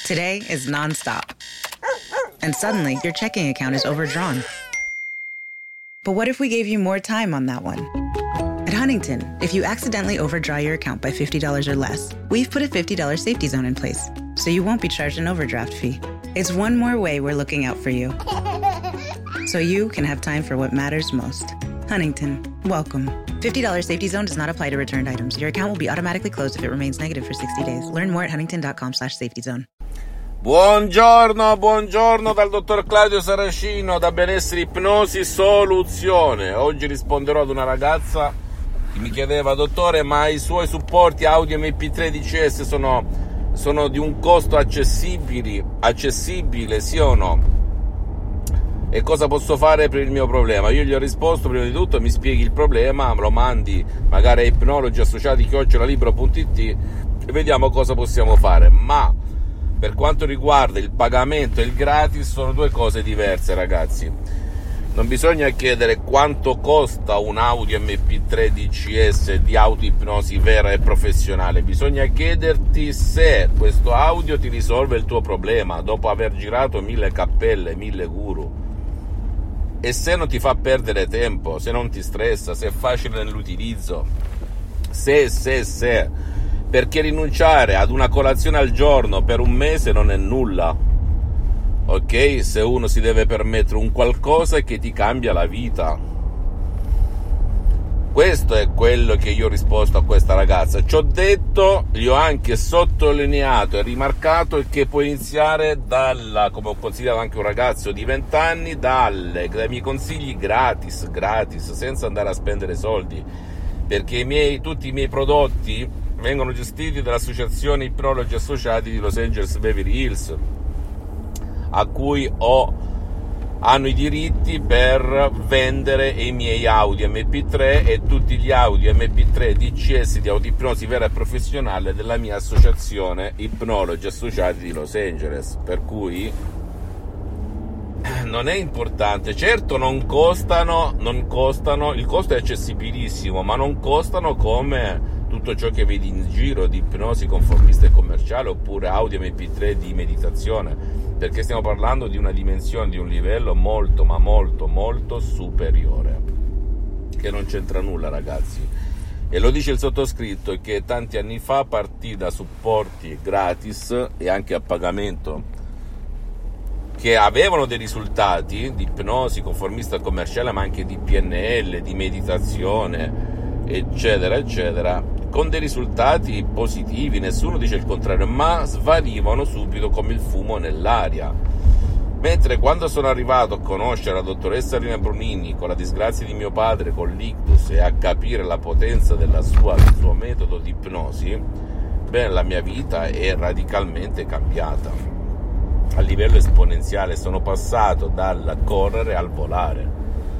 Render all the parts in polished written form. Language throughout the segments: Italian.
Today is nonstop. And suddenly, your checking account is overdrawn. But what if we gave you more time on that one? At Huntington, if you accidentally overdraw your account by $50 or less, we've put a $50 safety zone in place, so you won't be charged an overdraft fee. It's one more way we're looking out for you, so you can have time for what matters most. Huntington, welcome. $50 safety zone does not apply to returned items. Your account will be automatically closed if it remains negative for 60 days. Learn more at huntington.com/safety zone. Buongiorno dal dottor Claudio Saracino da Benessere Ipnosi Soluzione. Oggi risponderò ad una ragazza che mi chiedeva: dottore, ma i suoi supporti audio MP3 DCS sono di un costo accessibile, sì o no? E cosa posso fare per il mio problema? Io gli ho risposto: prima di tutto mi spieghi il problema, me lo mandi magari a ipnologiassociati@libro.it e vediamo cosa possiamo fare. Ma per quanto riguarda il pagamento e il gratis, sono due cose diverse, ragazzi. Non bisogna chiedere quanto costa un audio MP3 DCS di autoipnosi vera e professionale, bisogna chiederti se questo audio ti risolve il tuo problema dopo aver girato 1000 cappelle, 1000 guru, e se non ti fa perdere tempo, se non ti stressa, se è facile nell'utilizzo, perché rinunciare ad una colazione al giorno per un mese non è nulla, ok? Se uno si deve permettere un qualcosa che ti cambia la vita. Questo è quello che io ho risposto a questa ragazza. Ci ho detto, gli ho anche sottolineato e rimarcato che può iniziare come ho consigliato anche un ragazzo di 20 anni, dai miei consigli gratis, senza andare a spendere soldi, perché tutti i miei prodotti vengono gestiti dall'associazione Ipnologi Associati di Los Angeles Beverly Hills, a cui hanno i diritti per vendere i miei audio MP3 e tutti gli audio MP3 DCS di autoipnosi vera e professionale della mia associazione Ipnologi Associati di Los Angeles. Per cui non è importante, certo non costano, il costo è accessibilissimo, ma non costano come tutto ciò che vedi in giro di ipnosi conformista e commerciale oppure audio MP3 di meditazione, perché stiamo parlando di una dimensione, di un livello molto ma molto superiore, che non c'entra nulla, ragazzi. E lo dice il sottoscritto, che tanti anni fa partì da supporti gratis e anche a pagamento che avevano dei risultati di ipnosi conformista commerciale, ma anche di PNL, di meditazione, eccetera, con dei risultati positivi, nessuno dice il contrario, ma svarivano subito come il fumo nell'aria. Mentre quando sono arrivato a conoscere la dottoressa Rina Brunini con la disgrazia di mio padre con l'ictus e a capire la potenza del suo metodo di ipnosi, la mia vita è radicalmente cambiata a livello esponenziale. Sono passato dal correre al volare.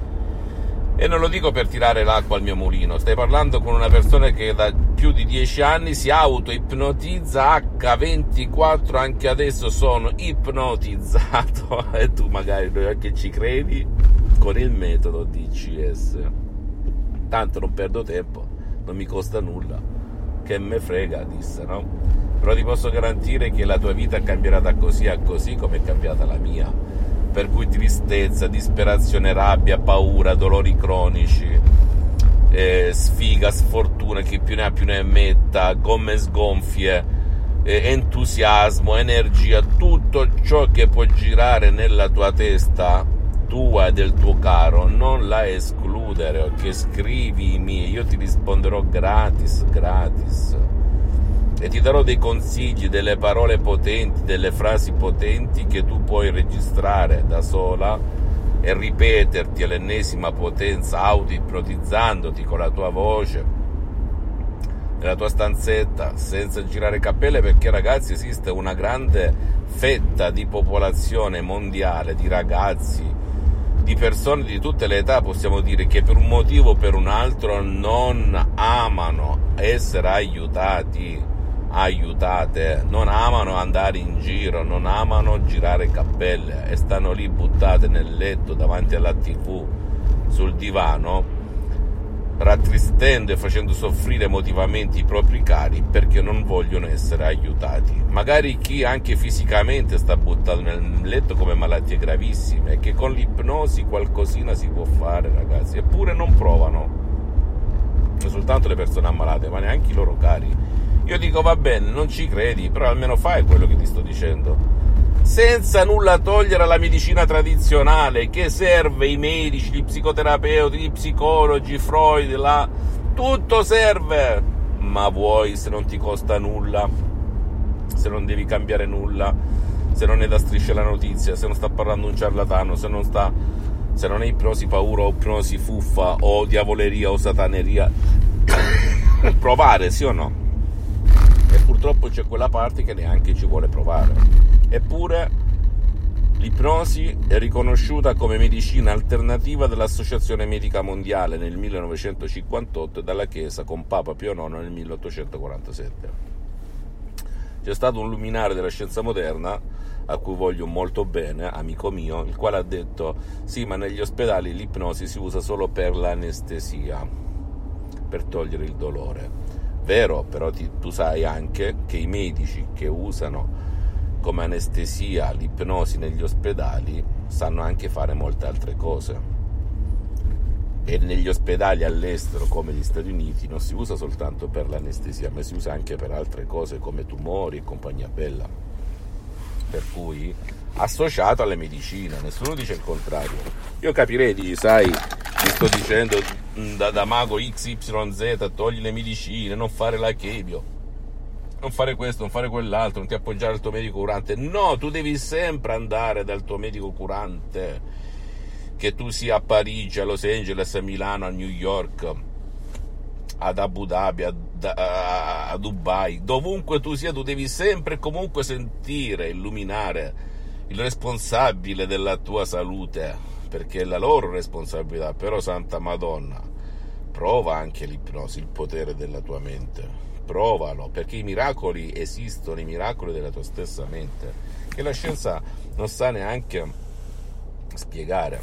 E non lo dico per tirare l'acqua al mio mulino, stai parlando con una persona che da più di 10 anni si auto-ipnotizza H24, anche adesso sono ipnotizzato e tu magari non è che ci credi, con il metodo DCS. Tanto non perdo tempo, non mi costa nulla, che me frega, disse, no? Però ti posso garantire che la tua vita cambierà da così a così come è cambiata la mia. Per cui tristezza, disperazione, rabbia, paura, dolori cronici, sfiga, sfortuna, chi più ne ha più ne metta, gomme sgonfie, entusiasmo, energia, tutto ciò che può girare nella tua testa, tua e del tuo caro, non la escludere, ok? Scrivimi, io ti risponderò gratis, e ti darò dei consigli, delle parole potenti, delle frasi potenti che tu puoi registrare da sola e ripeterti all'ennesima potenza, auto-ipnotizzandoti con la tua voce nella tua stanzetta senza girare cappelle, perché, ragazzi, esiste una grande fetta di popolazione mondiale, di ragazzi, di persone di tutte le età, possiamo dire, che per un motivo o per un altro non amano essere aiutate, non amano andare in giro, non amano girare cappelle e stanno lì buttate nel letto davanti alla TV, sul divano, rattristendo e facendo soffrire emotivamente i propri cari perché non vogliono essere aiutati. Magari chi anche fisicamente sta buttato nel letto come malattie gravissime, e che con l'ipnosi qualcosina si può fare, ragazzi, eppure non provano. Non soltanto le persone ammalate, ma neanche i loro cari. Io dico, va bene, non ci credi, però almeno fai quello che ti sto dicendo, senza nulla togliere alla medicina tradizionale, che serve, i medici, gli psicoterapeuti, gli psicologi, Freud, tutto serve, ma vuoi, se non ti costa nulla, se non devi cambiare nulla, se non è da strisce la notizia, se non sta parlando un ciarlatano, se non è ipnosi paura o ipnosi fuffa o diavoleria o sataneria, provare, sì o no? E purtroppo c'è quella parte che neanche ci vuole provare. Eppure l'ipnosi è riconosciuta come medicina alternativa dall'Associazione Medica Mondiale nel 1958 e dalla Chiesa con Papa Pio IX nel 1847. C'è stato un luminare della scienza moderna, a cui voglio molto bene, amico mio, il quale ha detto: sì, ma negli ospedali l'ipnosi si usa solo per l'anestesia, per togliere il dolore. Vero, però tu sai anche che i medici che usano come anestesia l'ipnosi negli ospedali sanno anche fare molte altre cose, e negli ospedali all'estero come gli Stati Uniti non si usa soltanto per l'anestesia, ma si usa anche per altre cose come tumori e compagnia bella, per cui associato alle medicine, nessuno dice il contrario. Io capirei, sai, ti sto dicendo da mago XYZ, togli le medicine, non fare la chemio, non fare questo, non fare quell'altro, non ti appoggiare al tuo medico curante. No, tu devi sempre andare dal tuo medico curante, che tu sia a Parigi, a Los Angeles, a Milano, a New York, ad Abu Dhabi, a Dubai, dovunque tu sia, tu devi sempre e comunque sentire, illuminare il responsabile della tua salute, perché è la loro responsabilità. Però, Santa Madonna, prova anche l'ipnosi, il potere della tua mente. Provalo, perché i miracoli esistono, i miracoli della tua stessa mente, che la scienza non sa neanche spiegare.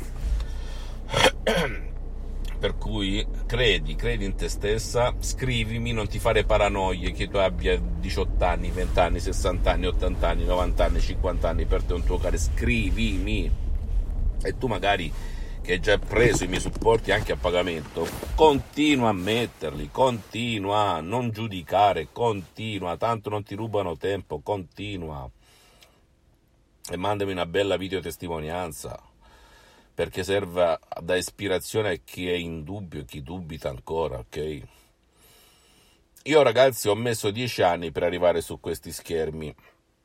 Per cui credi in te stessa, scrivimi, non ti fare paranoie che tu abbia 18 anni, 20 anni, 60 anni, 80 anni, 90 anni, 50 anni, per te è un tuo caro, scrivimi. E tu magari, che hai già preso i miei supporti anche a pagamento, continua a metterli, continua, non giudicare, continua, tanto non ti rubano tempo, continua, e mandami una bella videotestimonianza, perché serve da ispirazione a chi è in dubbio e chi dubita ancora, ok? Io, ragazzi, ho messo 10 anni per arrivare su questi schermi,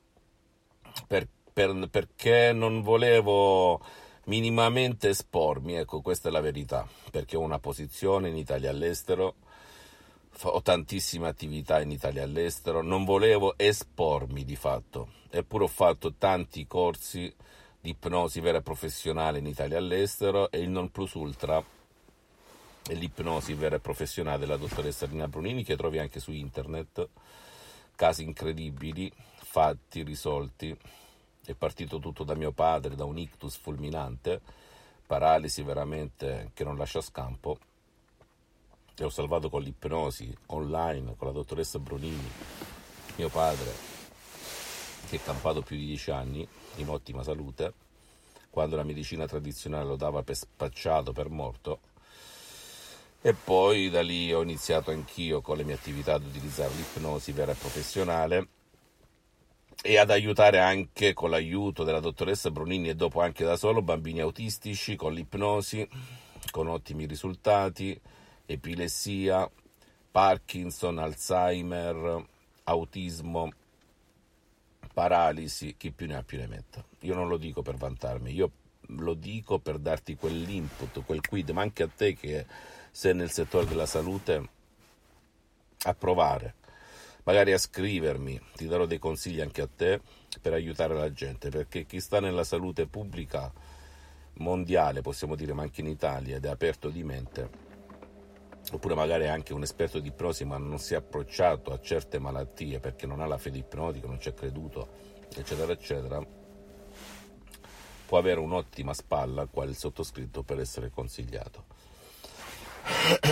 perché non volevo minimamente espormi, ecco, questa è la verità, perché ho una posizione in Italia all'estero, ho tantissime attività in Italia all'estero, non volevo espormi di fatto, eppure ho fatto tanti corsi di ipnosi vera e professionale in Italia all'estero, e il non plus ultra è l'ipnosi vera e professionale della dottoressa Rina Brunini, che trovi anche su internet, casi incredibili, fatti, risolti. È partito tutto da mio padre, da un ictus fulminante, paralisi veramente che non lascia scampo, e ho salvato con l'ipnosi online, con la dottoressa Brunini, mio padre, che è campato più di 10 anni in ottima salute, quando la medicina tradizionale lo dava per spacciato, per morto. E poi da lì ho iniziato anch'io con le mie attività ad utilizzare l'ipnosi vera e professionale, e ad aiutare anche, con l'aiuto della dottoressa Brunini e dopo anche da solo, bambini autistici con l'ipnosi, con ottimi risultati, epilessia, Parkinson, Alzheimer, autismo, paralisi, chi più ne ha più ne metta. Io non lo dico per vantarmi, io lo dico per darti quell'input, quel quid, ma anche a te che sei nel settore della salute, a provare, magari a scrivermi, ti darò dei consigli anche a te per aiutare la gente, perché chi sta nella salute pubblica mondiale, possiamo dire, ma anche in Italia, ed è aperto di mente, oppure magari anche un esperto di ipnosi ma non si è approcciato a certe malattie perché non ha la fede ipnotica, non ci ha creduto, eccetera eccetera, può avere un'ottima spalla quale il sottoscritto per essere consigliato.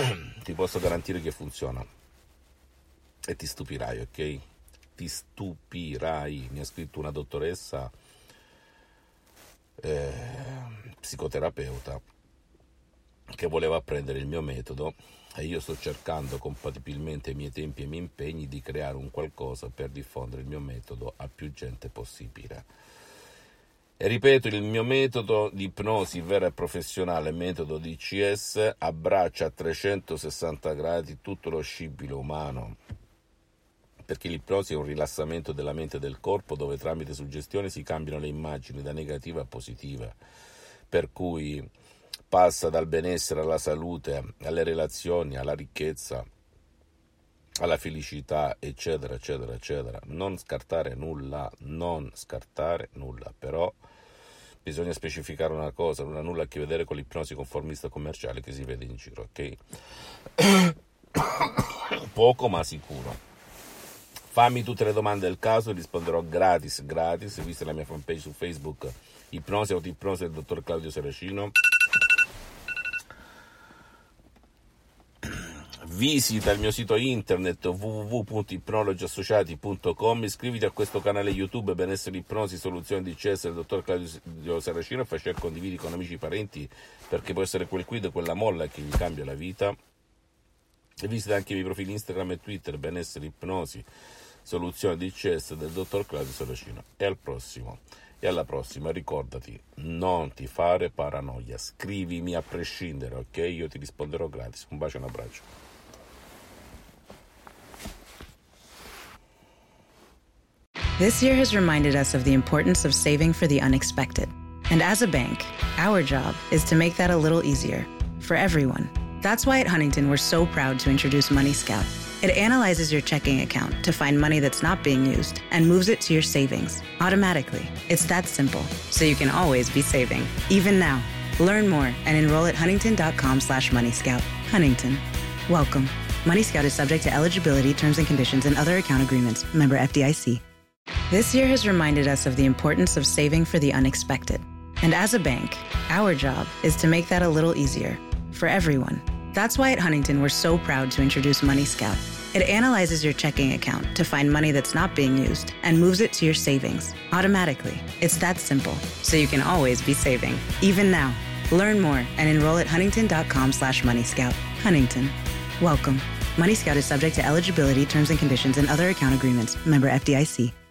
ti posso garantire che funziona. E ti stupirai, ok? Ti stupirai. Mi ha scritto una dottoressa psicoterapeuta che voleva apprendere il mio metodo, e io sto cercando, compatibilmente ai miei tempi e ai miei impegni, di creare un qualcosa per diffondere il mio metodo a più gente possibile. E ripeto, il mio metodo di ipnosi vera e professionale, metodo DCS, abbraccia a 360 gradi tutto lo scibile umano, perché l'ipnosi è un rilassamento della mente e del corpo, dove tramite suggestione si cambiano le immagini da negative a positive, per cui passa dal benessere alla salute, alle relazioni, alla ricchezza, alla felicità, eccetera, eccetera, eccetera. Non scartare nulla, però bisogna specificare una cosa: non ha nulla a che vedere con l'ipnosi conformista commerciale che si vede in giro, ok? Poco ma sicuro. Fammi tutte le domande del caso, risponderò gratis. Visita la mia fanpage su Facebook, Ipnosi Autoipnosi del dottor Claudio Saracino. Visita il mio sito internet www.ipnologiassociati.com, iscriviti a questo canale YouTube Benessere Ipnosi Soluzione DCS del dottor Claudio Saracino, e fai share, condividi con amici e parenti, perché può essere quel quid, quella molla che gli cambia la vita. E visita anche i miei profili Instagram e Twitter, Benessere Ipnosi Soluzione DCS del dottor Claudio Saracino. E al prossimo. E alla prossima, ricordati, non ti fare paranoia, scrivimi a prescindere, ok? Io ti risponderò gratis. Un bacio e un abbraccio. This year has reminded us of the importance of saving for the unexpected. And as a bank, our job is to make that a little easier for everyone. That's why at Huntington, we're so proud to introduce Money Scout. It analyzes your checking account to find money that's not being used and moves it to your savings automatically. It's that simple, so you can always be saving, even now. Learn more and enroll at huntington.com/moneyscout. Huntington. Welcome. Money Scout is subject to eligibility, terms and conditions, and other account agreements. Member FDIC. This year has reminded us of the importance of saving for the unexpected. And as a bank, our job is to make that a little easier for everyone. That's why at Huntington, we're so proud to introduce Money Scout. It analyzes your checking account to find money that's not being used and moves it to your savings automatically. It's that simple, so you can always be saving, even now. Learn more and enroll at huntington.com/moneyscout. Huntington. Welcome. Money Scout is subject to eligibility, terms and conditions, and other account agreements. Member FDIC.